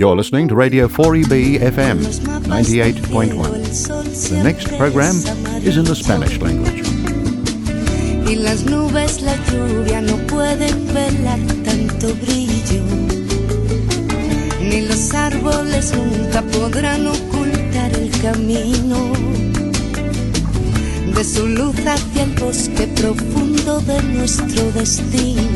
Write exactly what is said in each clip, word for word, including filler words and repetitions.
You're listening to Radio four E B F M ninety-eight point one. The next program is in the Spanish language. Y las nubes, la lluvia no pueden velar tanto brillo, ni los árboles nunca podrán ocultar el camino de su luz hacia el bosque profundo de nuestro destino.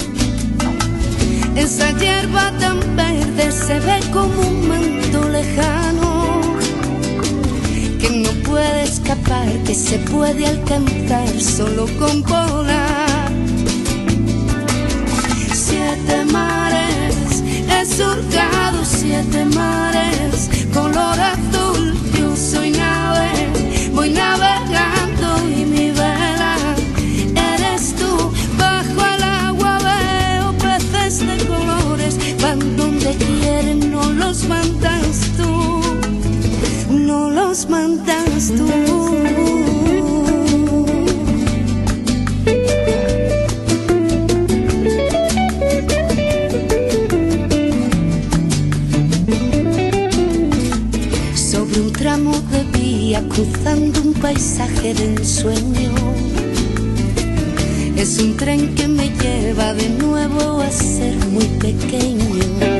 Esa hierba tan verde se ve como un manto lejano que no puede escapar, que se puede alcanzar solo con volar. Siete mares he surcado, siete mares color azul. Yo soy nave, voy navegando y mi vela eres tú. Bajo el agua veo peces de colores, van donde quieren, no los mandas tú, no los mandas tú. Sobre un tramo de vía, cruzando un paisaje de ensueño, es un tren que me lleva de nuevo a ser muy pequeño.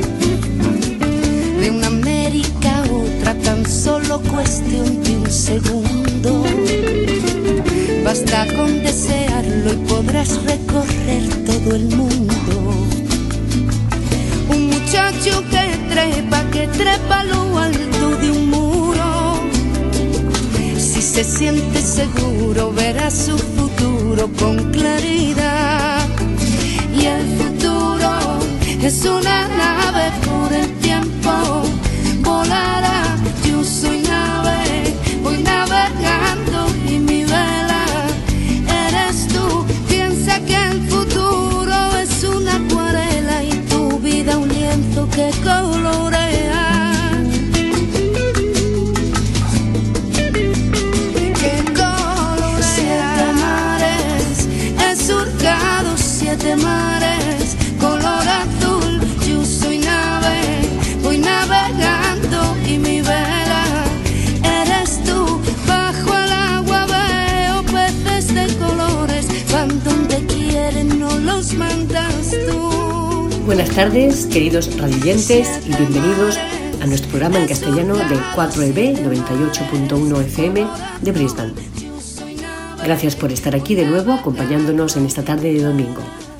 De una América a otra, tan solo cuestión de un segundo. Basta con desearlo y podrás recorrer todo el mundo. Un muchacho que trepa, que trepa a lo alto de un muro. Si se siente seguro, verá su futuro con claridad. Y el futuro es una nave por el tiempo, volará. Yo soy nave, voy navegando y mi vela eres tú. Piensa que el futuro es una acuarela y tu vida un lienzo que colorea, que colorea. Siete mares he surcado, siete mares color azul. Yo soy nave, voy navegando y mi vela eres tú. Bajo el agua veo peces de colores, van donde quieren, no los mandas tú. Buenas tardes, queridos radioyentes, y bienvenidos a nuestro programa en castellano de cuatro E B noventa y ocho punto uno F M de Brisbane. Gracias por estar aquí de nuevo acompañándonos en esta tarde de domingo.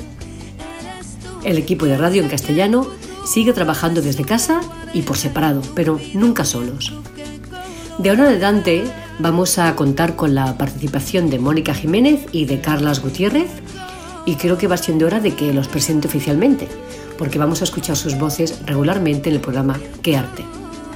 El equipo de radio en castellano sigue trabajando desde casa y por separado, pero nunca solos. De ahora en adelante vamos a contar con la participación de Mónica Jiménez y de Carlas Gutiérrez, y creo que va siendo hora de que los presente oficialmente, porque vamos a escuchar sus voces regularmente en el programa ¡Qué arte!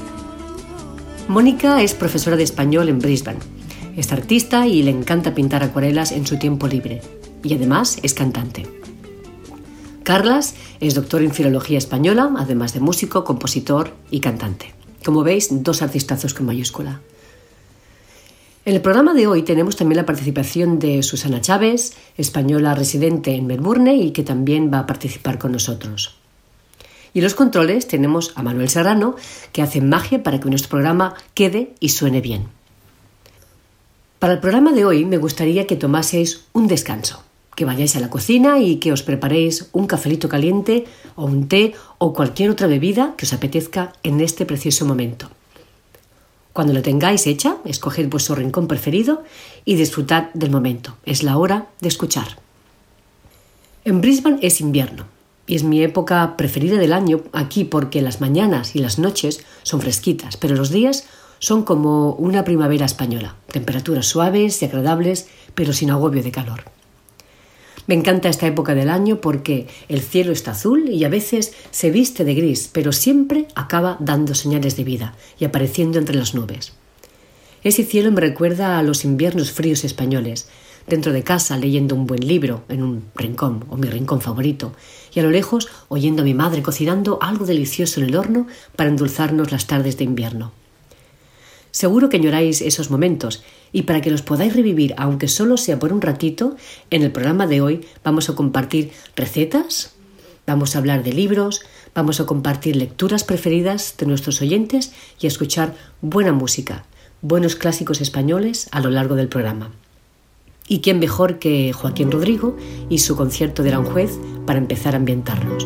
Mónica es profesora de español en Brisbane, es artista y le encanta pintar acuarelas en su tiempo libre, y además es cantante. Carlas es doctor en filología española, además de músico, compositor y cantante. Como veis, dos artistazos con mayúscula. En el programa de hoy tenemos también la participación de Susana Chávez, española residente en Melbourne y que también va a participar con nosotros. Y en los controles tenemos a Manuel Serrano, que hace magia para que nuestro programa quede y suene bien. Para el programa de hoy me gustaría que tomaseis un descanso, que vayáis a la cocina y que os preparéis un cafelito caliente o un té o cualquier otra bebida que os apetezca en este preciso momento. Cuando lo tengáis hecha, escoged vuestro rincón preferido y disfrutad del momento. Es la hora de escuchar. En Brisbane es invierno y es mi época preferida del año aquí porque las mañanas y las noches son fresquitas, pero los días son como una primavera española. Temperaturas suaves y agradables, pero sin agobio de calor. Me encanta esta época del año porque el cielo está azul y a veces se viste de gris, pero siempre acaba dando señales de vida y apareciendo entre las nubes. Ese cielo me recuerda a los inviernos fríos españoles, dentro de casa leyendo un buen libro en un rincón o mi rincón favorito, y a lo lejos oyendo a mi madre cocinando algo delicioso en el horno para endulzarnos las tardes de invierno. Seguro que añoráis esos momentos y para que los podáis revivir, aunque solo sea por un ratito, en el programa de hoy vamos a compartir recetas, vamos a hablar de libros, Vamos a compartir lecturas preferidas de nuestros oyentes y a escuchar buena música, buenos clásicos españoles a lo largo del programa. ¿Y quién mejor que Joaquín Rodrigo y su concierto de Aranjuez para empezar a ambientarnos?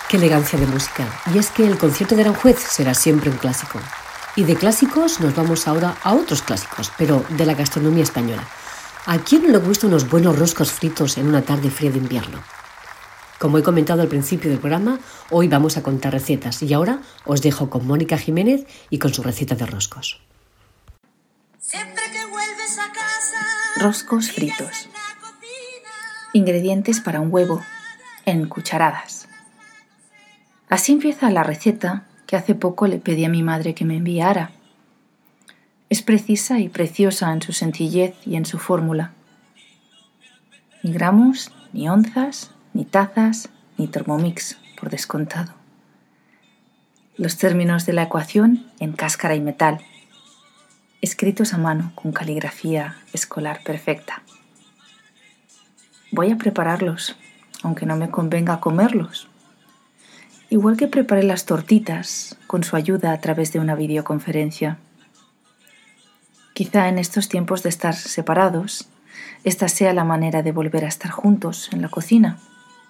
Qué elegancia de música. Y es que el concierto de Aranjuez será siempre un clásico. Y de clásicos nos vamos ahora a otros clásicos, pero de la gastronomía española. ¿A quién no le gustan unos buenos roscos fritos en una tarde fría de invierno? Como he comentado al principio del programa, hoy vamos a contar recetas y ahora os dejo con Mónica Jiménez y con su receta de roscos. Siempre que vuelves a casa, roscos fritos. Ingredientes para un huevo en cucharadas. Así empieza la receta que hace poco le pedí a mi madre que me enviara. Es precisa y preciosa en su sencillez y en su fórmula. Ni gramos, ni onzas, ni tazas, ni Thermomix, por descontado. Los términos de la ecuación en cáscara y metal, escritos a mano con caligrafía escolar perfecta. Voy a prepararlos, aunque no me convenga comerlos. Igual que preparé las tortitas con su ayuda a través de una videoconferencia. Quizá en estos tiempos de estar separados, esta sea la manera de volver a estar juntos en la cocina.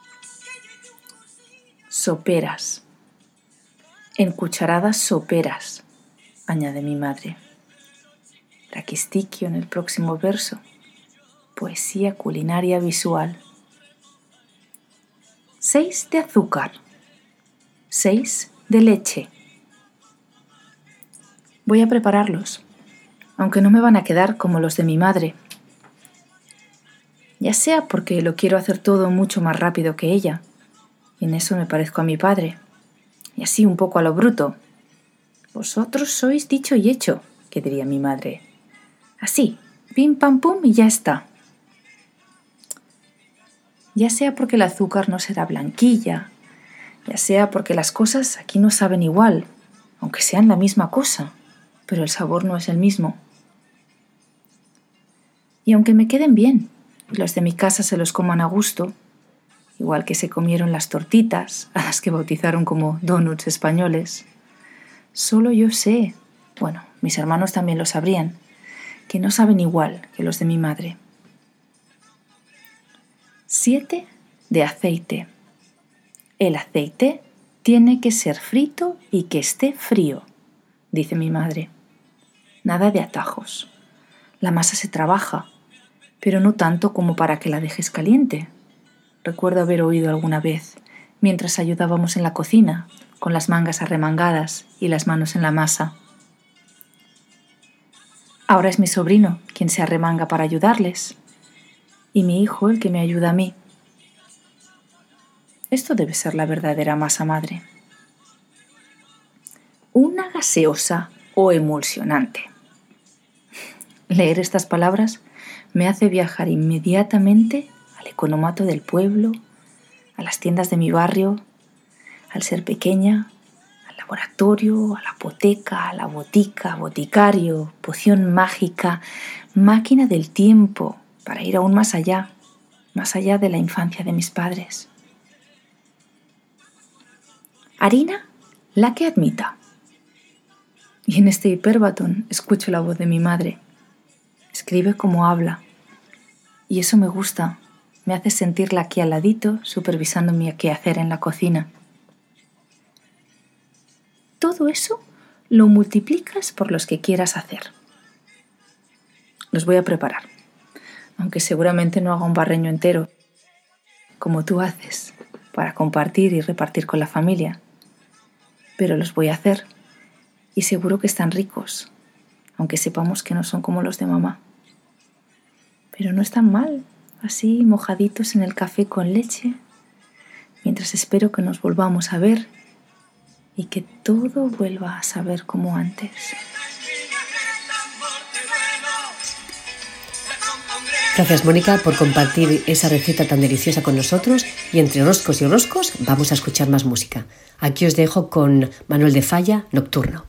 Soperas. En cucharadas soperas, añade mi madre. Raquistiquio en el próximo verso. Poesía culinaria visual. Seis de azúcar. Seis de leche. Voy a prepararlos, aunque no me van a quedar como los de mi madre. Ya sea porque lo quiero hacer todo mucho más rápido que ella, y en eso me parezco a mi padre, y así un poco a lo bruto. Vosotros sois dicho y hecho, que diría mi madre. Así, pim pam pum y ya está. Ya sea porque el azúcar no será blanquilla, ya sea porque las cosas aquí no saben igual, aunque sean la misma cosa, pero el sabor no es el mismo. Y aunque me queden bien y los de mi casa se los coman a gusto, igual que se comieron las tortitas, a las que bautizaron como donuts españoles, solo yo sé, bueno, mis hermanos también lo sabrían, que no saben igual que los de mi madre. Siete de aceite. El aceite tiene que ser frito y que esté frío, dice mi madre. Nada de atajos. La masa se trabaja, pero no tanto como para que la dejes caliente. Recuerdo haber oído alguna vez, mientras ayudábamos en la cocina, con las mangas arremangadas y las manos en la masa. Ahora es mi sobrino quien se arremanga para ayudarles, y mi hijo el que me ayuda a mí. Esto debe ser la verdadera masa madre. Una gaseosa o emulsionante. Leer estas palabras me hace viajar inmediatamente al economato del pueblo, a las tiendas de mi barrio, al ser pequeña, al laboratorio, a la apoteca, a la botica, boticario, poción mágica, máquina del tiempo, para ir aún más allá, más allá de la infancia de mis padres. Harina, la que admita. Y en este hiperbatón escucho la voz de mi madre. Escribe como habla. Y eso me gusta. Me hace sentirla aquí al ladito, supervisando mi quehacer en la cocina. Todo eso lo multiplicas por los que quieras hacer. Los voy a preparar, aunque seguramente no haga un barreño entero, como tú haces, para compartir y repartir con la familia. Pero los voy a hacer, y seguro que están ricos, aunque sepamos que no son como los de mamá. Pero no están mal, así mojaditos en el café con leche, mientras espero que nos volvamos a ver y que todo vuelva a saber como antes. Gracias, Mónica, por compartir esa receta tan deliciosa con nosotros, y entre roscos y roscos vamos a escuchar más música. Aquí os dejo con Manuel de Falla, Nocturno.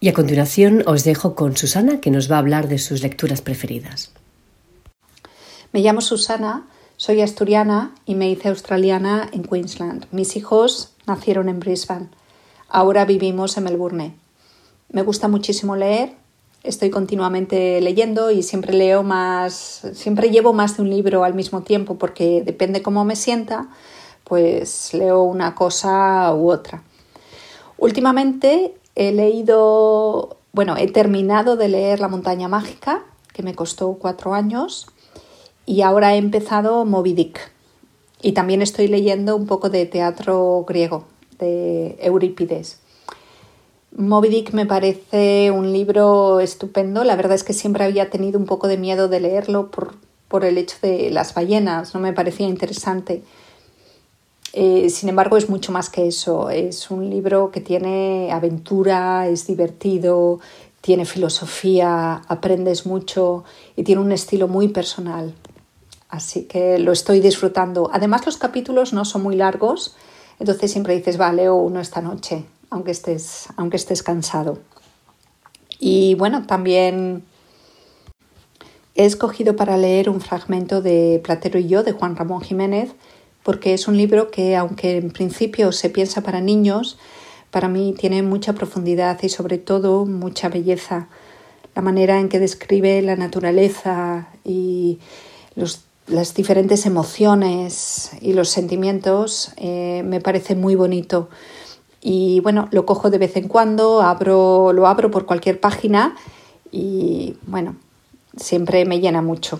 Y a continuación os dejo con Susana, que nos va a hablar de sus lecturas preferidas. Me llamo Susana, soy asturiana y me hice australiana en Queensland. Mis hijos nacieron en Brisbane. Ahora vivimos en Melbourne. Me gusta muchísimo leer. Estoy continuamente leyendo y siempre leo más, siempre llevo más de un libro al mismo tiempo porque depende cómo me sienta, pues leo una cosa u otra. Últimamente he leído, bueno, he terminado de leer La montaña mágica, que me costó cuatro años, y ahora he empezado Moby Dick. Y también estoy leyendo un poco de teatro griego, de Eurípides. Moby Dick me parece un libro estupendo. La verdad es que siempre había tenido un poco de miedo de leerlo por, por el hecho de las ballenas. No me parecía interesante. Eh, sin embargo, es mucho más que eso. Es un libro que tiene aventura, es divertido, tiene filosofía, aprendes mucho y tiene un estilo muy personal. Así que lo estoy disfrutando. Además, los capítulos no son muy largos, entonces siempre dices, va, leo uno esta noche. Aunque estés, aunque estés cansado. Y bueno, también he escogido para leer un fragmento de Platero y yo, de Juan Ramón Jiménez, porque es un libro que, aunque en principio se piensa para niños, para mí tiene mucha profundidad y sobre todo mucha belleza. La manera en que describe la naturaleza y los, las diferentes emociones y los sentimientos eh, me parece muy bonito. Y bueno, lo cojo de vez en cuando, abro, lo abro por cualquier página y bueno, siempre me llena mucho.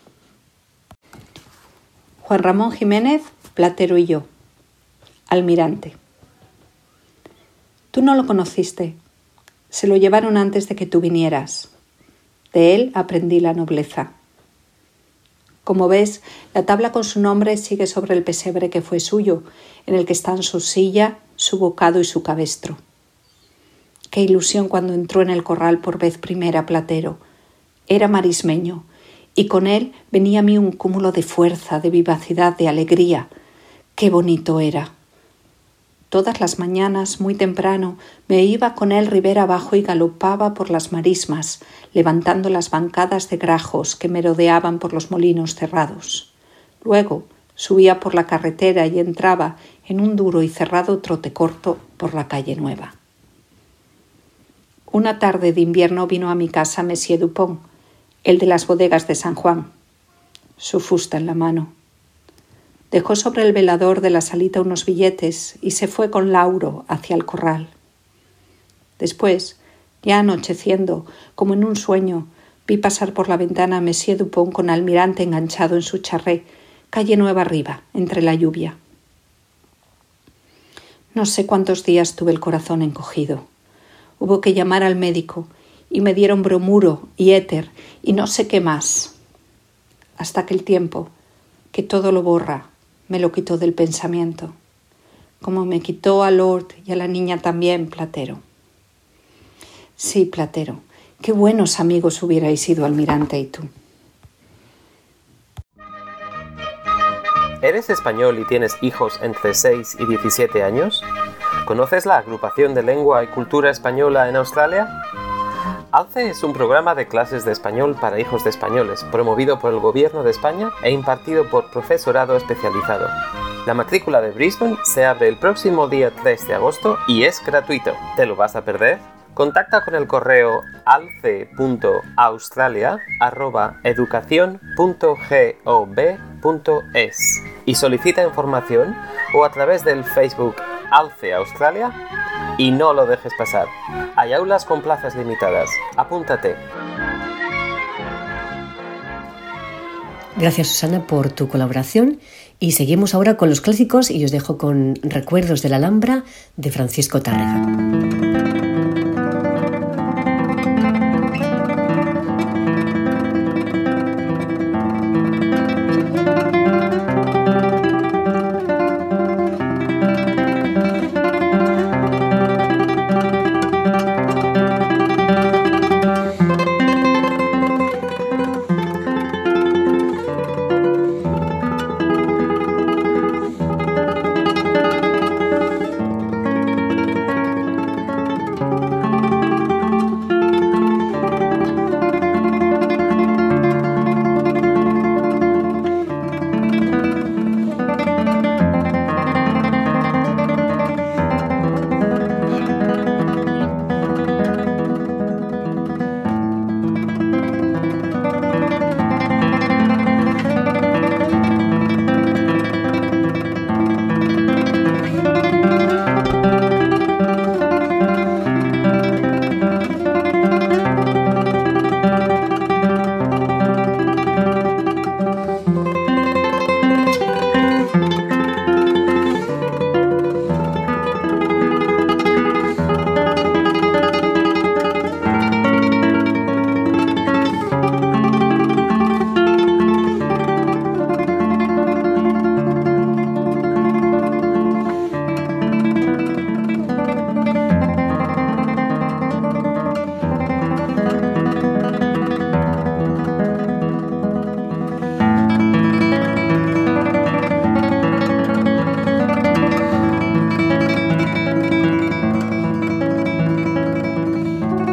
Juan Ramón Jiménez, Platero y yo, Almirante. Tú no lo conociste, se lo llevaron antes de que tú vinieras. De él aprendí la nobleza. Como ves, la tabla con su nombre sigue sobre el pesebre que fue suyo, en el que están su silla, su bocado y su cabestro. Qué ilusión cuando entró en el corral por vez primera Platero. Era marismeño, y con él venía a mí un cúmulo de fuerza, de vivacidad, de alegría. Qué bonito era. Todas las mañanas, muy temprano, me iba con él ribera abajo y galopaba por las marismas, levantando las bancadas de grajos que merodeaban por los molinos cerrados. Luego subía por la carretera y entraba en un duro y cerrado trote corto por la calle Nueva. Una tarde de invierno vino a mi casa Monsieur Dupont, el de las bodegas de San Juan, su fusta en la mano. Dejó sobre el velador de la salita unos billetes y se fue con Lauro hacia el corral. Después, ya anocheciendo, como en un sueño, vi pasar por la ventana a Monsieur Dupont con Almirante enganchado en su charré, calle Nueva arriba, entre la lluvia. No sé cuántos días tuve el corazón encogido. Hubo que llamar al médico y me dieron bromuro y éter y no sé qué más. Hasta que el tiempo, que todo lo borra, me lo quitó del pensamiento, como me quitó a Lord y a la niña también, Platero. Sí, Platero, qué buenos amigos hubierais sido Almirante y tú. ¿Eres español y tienes hijos entre seis y diecisiete años? ¿Conoces la Agrupación de Lengua y Cultura Española en Australia? ALCE es un programa de clases de español para hijos de españoles, promovido por el Gobierno de España e impartido por profesorado especializado. La matrícula de Brisbane se abre el próximo día tres de agosto y es gratuito. ¿Te lo vas a perder? Contacta con el correo alce punto australia arroba educación punto gov punto es y solicita información o a través del Facebook ALCE Australia y no lo dejes pasar. Hay aulas con plazas limitadas. Apúntate. Gracias, Susana, por tu colaboración y seguimos ahora con los clásicos y os dejo con Recuerdos de la Alhambra de Francisco Tárrega.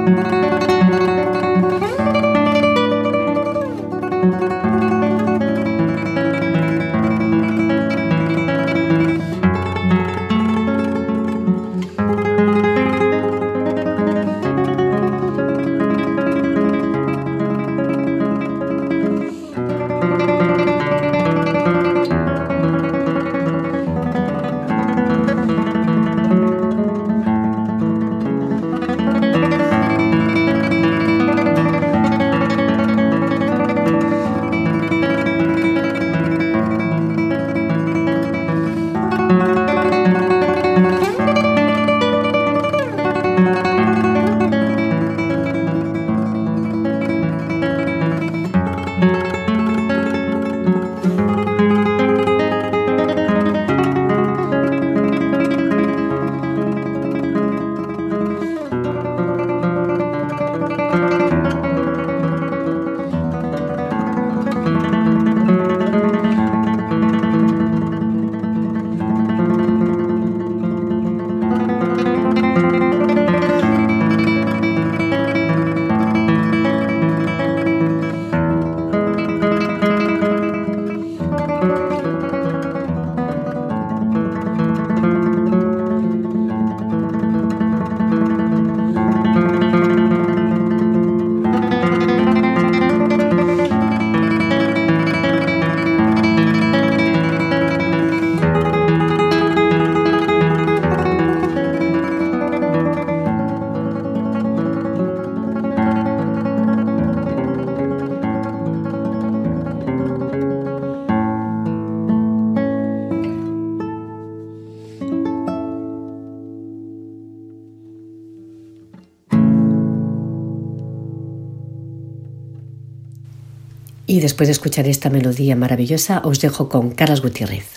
Y después de escuchar esta melodía maravillosa, os dejo con Carlas Gutiérrez.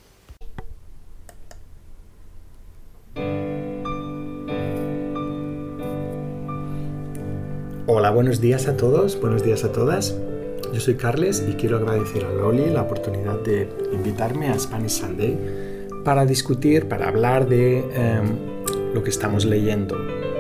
Hola, buenos días a todos, buenos días a todas. Yo soy Carles y quiero agradecer a Loli la oportunidad de invitarme a Spanish Sunday para discutir, para hablar de eh, lo que estamos leyendo.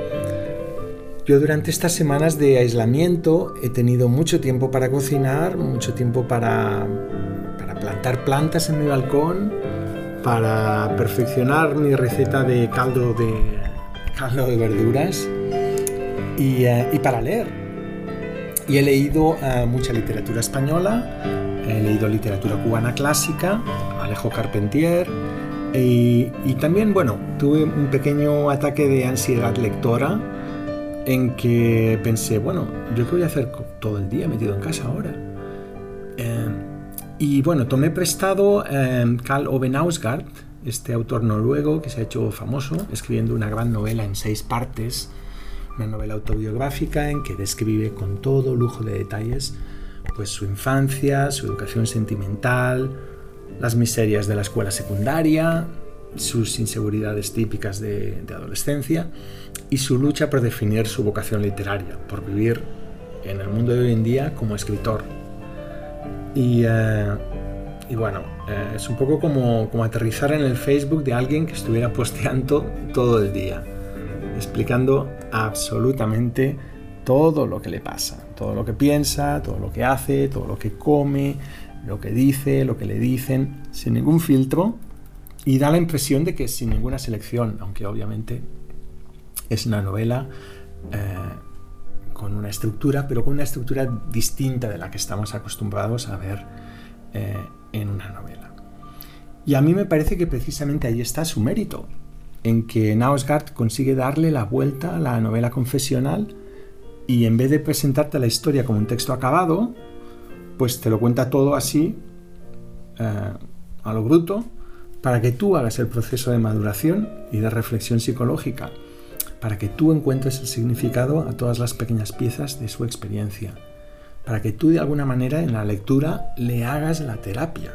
Yo durante estas semanas de aislamiento he tenido mucho tiempo para cocinar, mucho tiempo para, para plantar plantas en mi balcón, para perfeccionar mi receta de caldo de, caldo de verduras y, uh, y para leer. Y he leído uh, mucha literatura española, he leído literatura cubana clásica, Alejo Carpentier, y, y también, bueno, tuve un pequeño ataque de ansiedad lectora en que pensé, bueno, ¿yo qué voy a hacer todo el día metido en casa ahora? Eh, y bueno, tomé prestado eh, Karl Ove Knausgaard, este autor noruego que se ha hecho famoso escribiendo una gran novela en seis partes, una novela autobiográfica en que describe con todo lujo de detalles pues su infancia, su educación sentimental, las miserias de la escuela secundaria, sus inseguridades típicas de, de adolescencia y su lucha por definir su vocación literaria, por vivir en el mundo de hoy en día como escritor. Y, eh, y bueno, eh, es un poco como, como aterrizar en el Facebook de alguien que estuviera posteando todo el día, explicando absolutamente todo lo que le pasa, todo lo que piensa, todo lo que hace, todo lo que come, lo que dice, lo que le dicen, sin ningún filtro. Y da la impresión de que es sin ninguna selección, aunque obviamente es una novela eh, con una estructura, pero con una estructura distinta de la que estamos acostumbrados a ver eh, en una novela. Y a mí me parece que precisamente ahí está su mérito, en que Knausgaard consigue darle la vuelta a la novela confesional y en vez de presentarte la historia como un texto acabado, pues te lo cuenta todo así, eh, a lo bruto, para que tú hagas el proceso de maduración y de reflexión psicológica, para que tú encuentres el significado a todas las pequeñas piezas de su experiencia, para que tú de alguna manera en la lectura le hagas la terapia.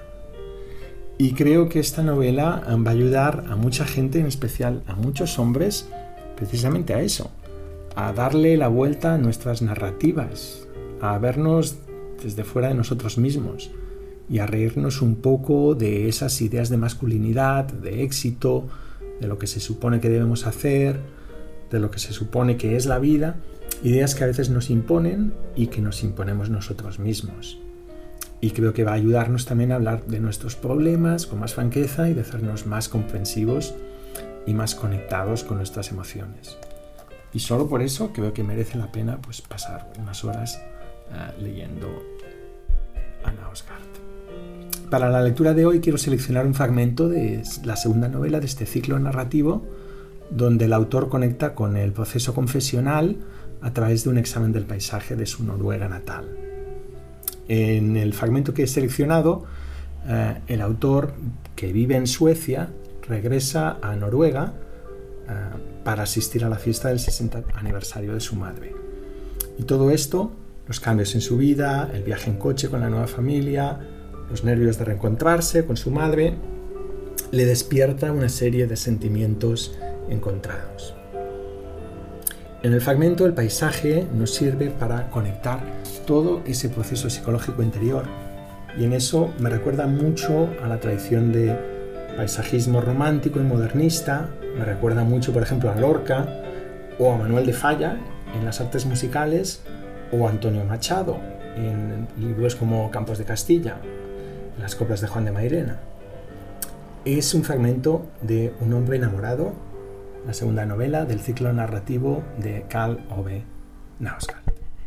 Y creo que esta novela va a ayudar a mucha gente, en especial a muchos hombres, precisamente a eso, a darle la vuelta a nuestras narrativas, a vernos desde fuera de nosotros mismos, y a reírnos un poco de esas ideas de masculinidad, de éxito, de lo que se supone que debemos hacer, de lo que se supone que es la vida, Ideas que a veces nos imponen y que nos imponemos nosotros mismos. Y creo que va a ayudarnos también a hablar de nuestros problemas con más franqueza y de hacernos más comprensivos y más conectados con nuestras emociones. Y solo por eso creo que merece la pena pues, pasar unas horas uh, leyendo a Knausgaard. Para la lectura de hoy quiero seleccionar un fragmento de la segunda novela de este ciclo narrativo, donde el autor conecta con el proceso confesional a través de un examen del paisaje de su Noruega natal. En el fragmento que he seleccionado, eh, el autor, que vive en Suecia, regresa a Noruega eh, para asistir a la fiesta del sesenta aniversario de su madre. Y todo esto, los cambios en su vida, el viaje en coche con la nueva familia, los nervios de reencontrarse con su madre, le despierta una serie de sentimientos encontrados. En el fragmento, el paisaje nos sirve para conectar todo ese proceso psicológico interior, y en eso me recuerda mucho a la tradición de paisajismo romántico y modernista. Me recuerda mucho, por ejemplo, a Lorca o a Manuel de Falla en las artes musicales, o a Antonio Machado en libros como Campos de Castilla, en las coplas de Juan de Mairena. Es un fragmento de Un hombre enamorado, la segunda novela del ciclo narrativo de Karl Ove Knausgaard.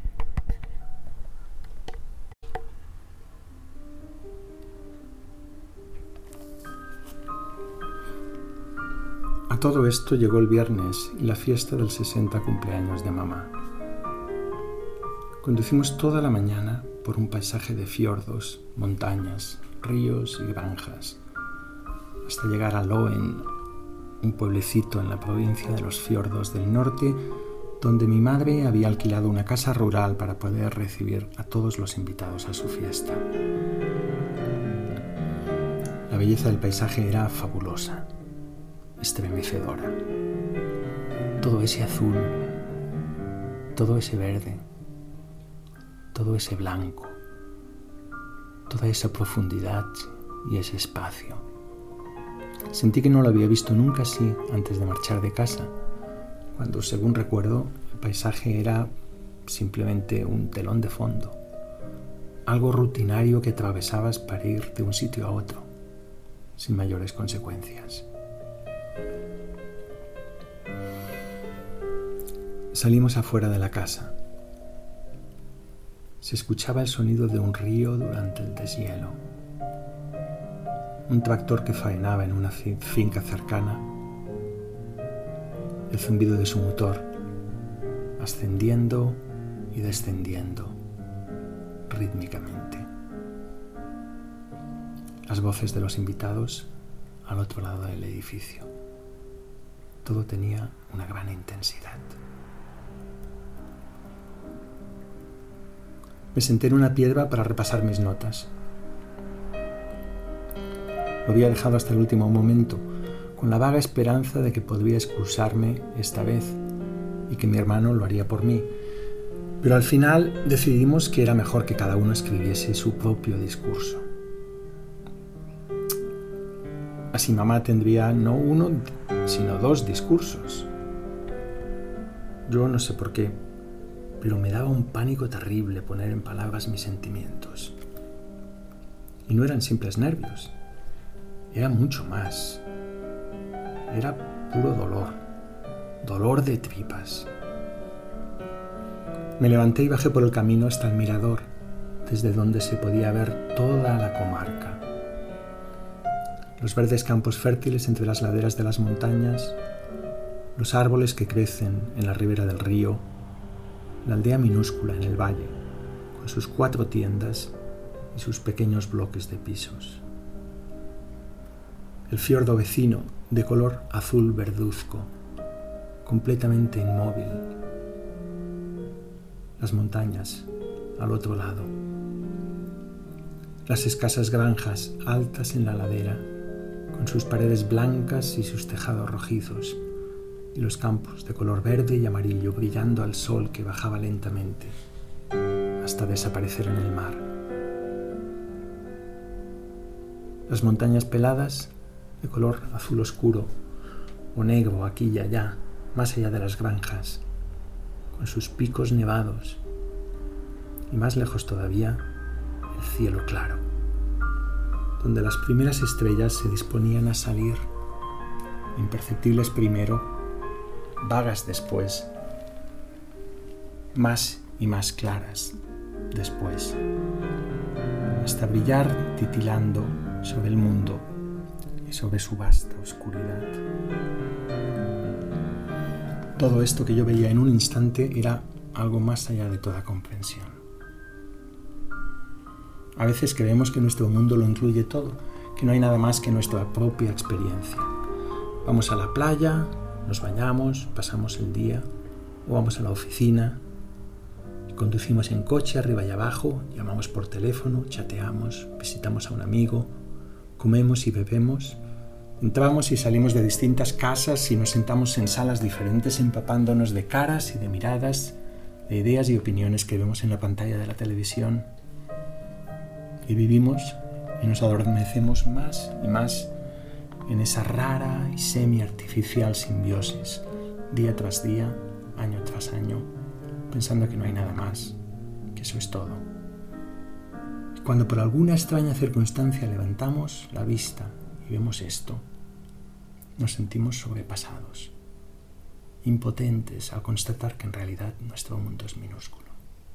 A todo esto llegó el viernes y la fiesta del sesenta cumpleaños de mamá. Conducimos toda la mañana por un paisaje de fiordos, montañas, ríos y granjas, hasta llegar a Loen, un pueblecito en la provincia de los fiordos del norte, donde mi madre había alquilado una casa rural para poder recibir a todos los invitados a su fiesta. La belleza del paisaje era fabulosa, estremecedora. Todo ese azul, todo ese verde, todo ese blanco, toda esa profundidad y ese espacio. Sentí que no lo había visto nunca así antes de marchar de casa, cuando, según recuerdo, el paisaje era simplemente un telón de fondo, algo rutinario que atravesabas para ir de un sitio a otro, sin mayores consecuencias. Salimos afuera de la casa. Se escuchaba el sonido de un río durante el deshielo. Un tractor que faenaba en una finca cercana. El zumbido de su motor, ascendiendo y descendiendo rítmicamente. Las voces de los invitados al otro lado del edificio. Todo tenía una gran intensidad. Me senté en una piedra para repasar mis notas. Lo había dejado hasta el último momento, con la vaga esperanza de que podría excusarme esta vez y que mi hermano lo haría por mí. Pero al final decidimos que era mejor que cada uno escribiese su propio discurso. Así mamá tendría no uno, sino dos discursos. Yo no sé por qué, pero me daba un pánico terrible poner en palabras mis sentimientos. Y no eran simples nervios, era mucho más. Era puro dolor, dolor de tripas. Me levanté y bajé por el camino hasta el mirador, desde donde se podía ver toda la comarca. Los verdes campos fértiles entre las laderas de las montañas, los árboles que crecen en la ribera del río, la aldea minúscula en el valle, con sus cuatro tiendas y sus pequeños bloques de pisos. El fiordo vecino, de color azul verduzco, completamente inmóvil. Las montañas al otro lado. Las escasas granjas altas en la ladera, con sus paredes blancas y sus tejados rojizos, y los campos de color verde y amarillo brillando al sol que bajaba lentamente hasta desaparecer en el mar. Las montañas peladas de color azul oscuro o negro aquí y allá, más allá de las granjas, con sus picos nevados, y más lejos todavía, el cielo claro, donde las primeras estrellas se disponían a salir, imperceptibles primero, vagas después, más y más claras después, hasta brillar titilando sobre el mundo y sobre su vasta oscuridad. Todo esto que yo veía en un instante era algo más allá de toda comprensión. A veces creemos que nuestro mundo lo incluye todo, que no hay nada más que nuestra propia experiencia. Vamos a la playa, nos bañamos, pasamos el día, o vamos a la oficina, conducimos en coche arriba y abajo, llamamos por teléfono, chateamos, visitamos a un amigo, comemos y bebemos, entramos y salimos de distintas casas y nos sentamos en salas diferentes empapándonos de caras y de miradas, de ideas y opiniones que vemos en la pantalla de la televisión. Y vivimos y nos adormecemos más y más en esa rara y semi-artificial simbiosis, día tras día, año tras año, pensando que no hay nada más, que eso es todo. Y cuando por alguna extraña circunstancia levantamos la vista y vemos esto, nos sentimos sobrepasados, impotentes al constatar que en realidad nuestro mundo es minúsculo.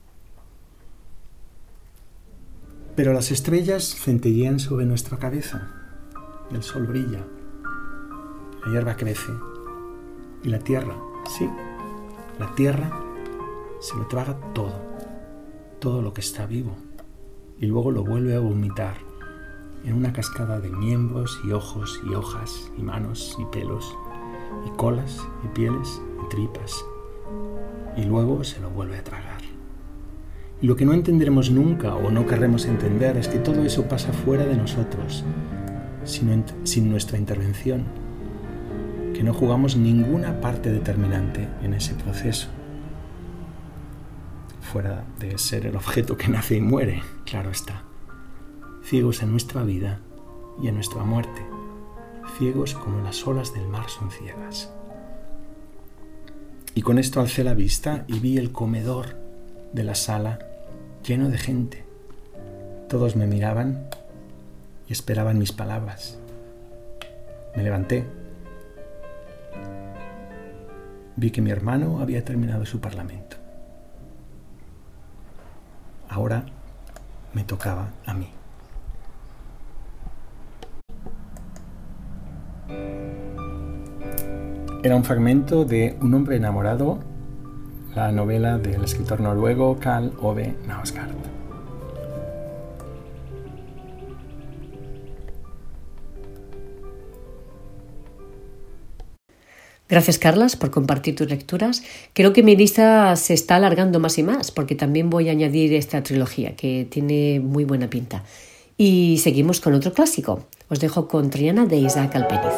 Pero las estrellas centellean sobre nuestra cabeza, el sol brilla, la hierba crece y la tierra, sí, la tierra se lo traga todo, todo lo que está vivo, y luego lo vuelve a vomitar en una cascada de miembros y ojos y hojas y manos y pelos y colas y pieles y tripas, y luego se lo vuelve a tragar. Y lo que no entenderemos nunca o no querremos entender es que todo eso pasa fuera de nosotros, sin, sin nuestra intervención, que no jugamos ninguna parte determinante en ese proceso, fuera de ser el objeto que nace y muere, claro está, ciegos en nuestra vida y en nuestra muerte, ciegos como las olas del mar son ciegas. Y con esto alcé la vista y vi el comedor de la sala lleno de gente. Todos me miraban y esperaban mis palabras. Me levanté. Vi que mi hermano había terminado su parlamento. Ahora me tocaba a mí. Era un fragmento de Un hombre enamorado, la novela del escritor noruego Karl Ove Knausgaard. Gracias, Carlas, por compartir tus lecturas. Creo que mi lista se está alargando más y más, porque también voy a añadir esta trilogía, que tiene muy buena pinta. Y seguimos con otro clásico. Os dejo con Triana de Isaac Albéniz.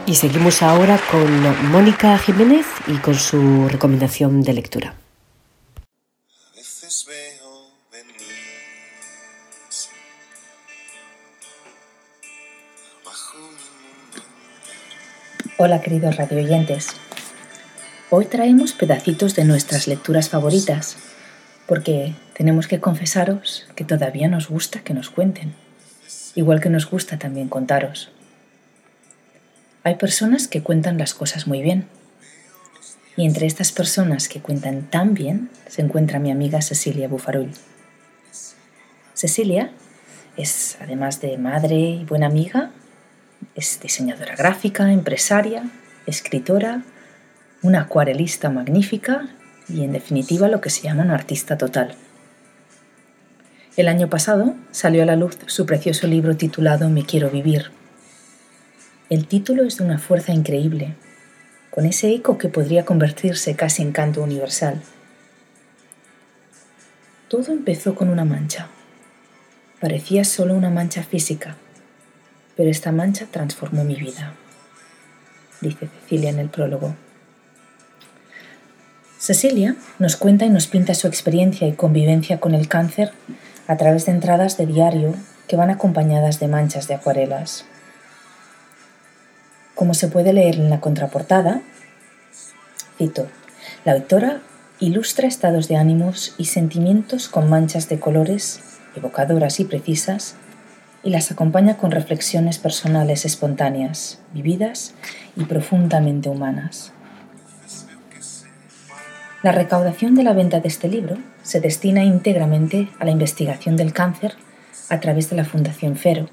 Y seguimos ahora con Mónica Jiménez y con su recomendación de lectura. A veces veo venir bajo mi mundo. Hola queridos radioyentes. Hoy traemos pedacitos de nuestras lecturas favoritas, porque tenemos que confesaros que todavía nos gusta que nos cuenten, igual que nos gusta también contaros. Hay personas que cuentan las cosas muy bien, y entre estas personas que cuentan tan bien se encuentra mi amiga Cecilia Bufarull. Cecilia es, además de madre y buena amiga, es diseñadora gráfica, empresaria, escritora, una acuarelista magnífica y, en definitiva, lo que se llama una artista total. El año pasado salió a la luz su precioso libro titulado Me quiero vivir. El título es de una fuerza increíble, con ese eco que podría convertirse casi en canto universal. Todo empezó con una mancha. Parecía solo una mancha física, pero esta mancha transformó mi vida, dice Cecilia en el prólogo. Cecilia nos cuenta y nos pinta su experiencia y convivencia con el cáncer a través de entradas de diario que van acompañadas de manchas de acuarelas. Como se puede leer en la contraportada, cito, la autora ilustra estados de ánimos y sentimientos con manchas de colores evocadoras y precisas y las acompaña con reflexiones personales espontáneas, vividas y profundamente humanas. La recaudación de la venta de este libro se destina íntegramente a la investigación del cáncer a través de la Fundación Fero.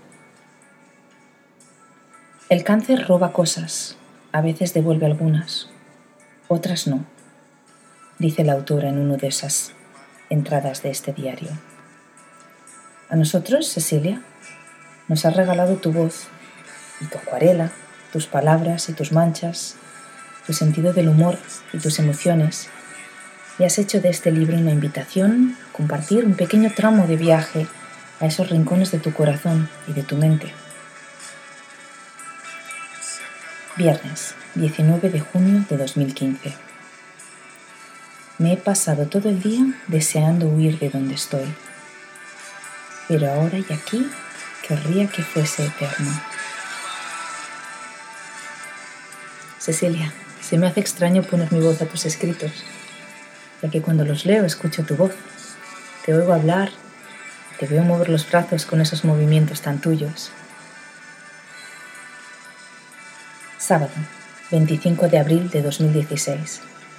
El cáncer roba cosas, a veces devuelve algunas, otras no, dice la autora en una de esas entradas de este diario. A nosotros, Cecilia, nos has regalado tu voz y tu acuarela, tus palabras y tus manchas, tu sentido del humor y tus emociones, y has hecho de este libro una invitación a compartir un pequeño tramo de viaje a esos rincones de tu corazón y de tu mente. Viernes, diecinueve de junio de dos mil quince. Me he pasado todo el día deseando huir de donde estoy, pero ahora y aquí querría que fuese eterno. Cecilia, se me hace extraño poner mi voz a tus escritos, ya que cuando los leo escucho tu voz, te oigo hablar, te veo mover los brazos con esos movimientos tan tuyos. Sábado, veinticinco de abril de dos mil dieciséis.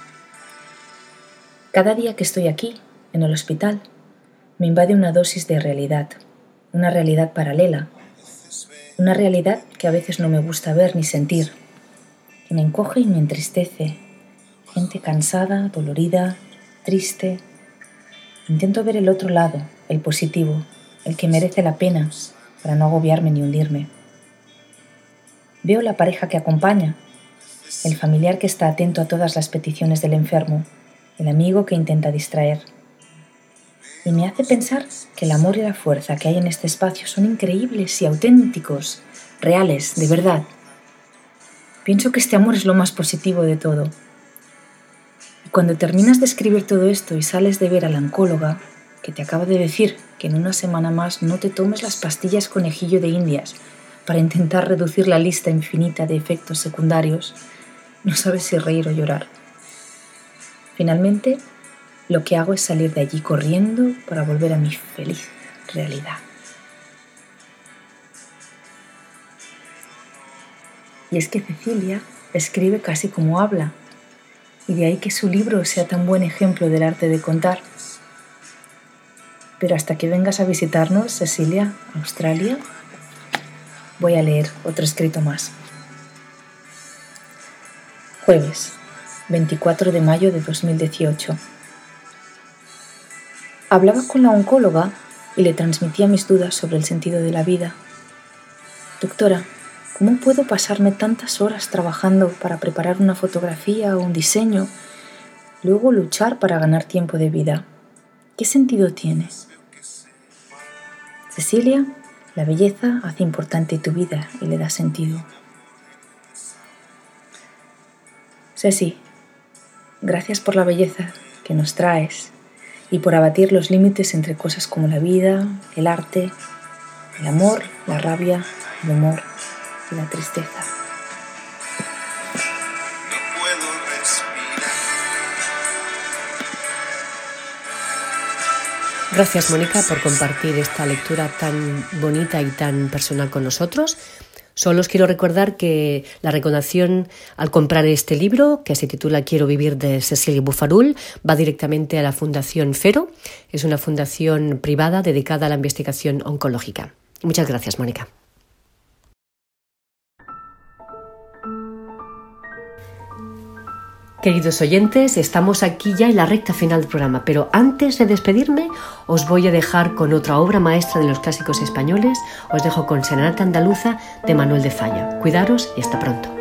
Cada día que estoy aquí, en el hospital, me invade una dosis de realidad, una realidad paralela, una realidad que a veces no me gusta ver ni sentir, que me encoge y me entristece, gente cansada, dolorida, triste. Intento ver el otro lado, el positivo, el que merece la pena, para no agobiarme ni hundirme. Veo la pareja que acompaña, el familiar que está atento a todas las peticiones del enfermo, el amigo que intenta distraer. Y me hace pensar que el amor y la fuerza que hay en este espacio son increíbles y auténticos, reales, de verdad. Pienso que este amor es lo más positivo de todo. Y cuando terminas de escribir todo esto y sales de ver a la oncóloga, que te acaba de decir que en una semana más no te tomes las pastillas conejillo de Indias para intentar reducir la lista infinita de efectos secundarios, no sabes si reír o llorar. Finalmente, lo que hago es salir de allí corriendo para volver a mi feliz realidad. Y es que Cecilia escribe casi como habla, y de ahí que su libro sea tan buen ejemplo del arte de contar. Pero hasta que vengas a visitarnos, Cecilia, a Australia, voy a leer otro escrito más. Jueves, veinticuatro de mayo de dos mil dieciocho. Hablaba con la oncóloga y le transmitía mis dudas sobre el sentido de la vida. Doctora, ¿cómo puedo pasarme tantas horas trabajando para preparar una fotografía o un diseño, luego luchar para ganar tiempo de vida? ¿Qué sentido tiene? Cecilia, la belleza hace importante tu vida y le da sentido. Ceci, gracias por la belleza que nos traes y por abatir los límites entre cosas como la vida, el arte, el amor, la rabia, el humor y la tristeza. No puedo respirar. Gracias, Mónica, por compartir esta lectura tan bonita y tan personal con nosotros. Solo os quiero recordar que la recaudación al comprar este libro, que se titula Quiero vivir, de Cecilia Bofarull, va directamente a la Fundación Fero. Es una fundación privada dedicada a la investigación oncológica. Muchas gracias, Mónica. Queridos oyentes, estamos aquí ya en la recta final del programa, pero antes de despedirme os voy a dejar con otra obra maestra de los clásicos españoles. Os dejo con Serenata Andaluza de Manuel de Falla. Cuidaros y hasta pronto.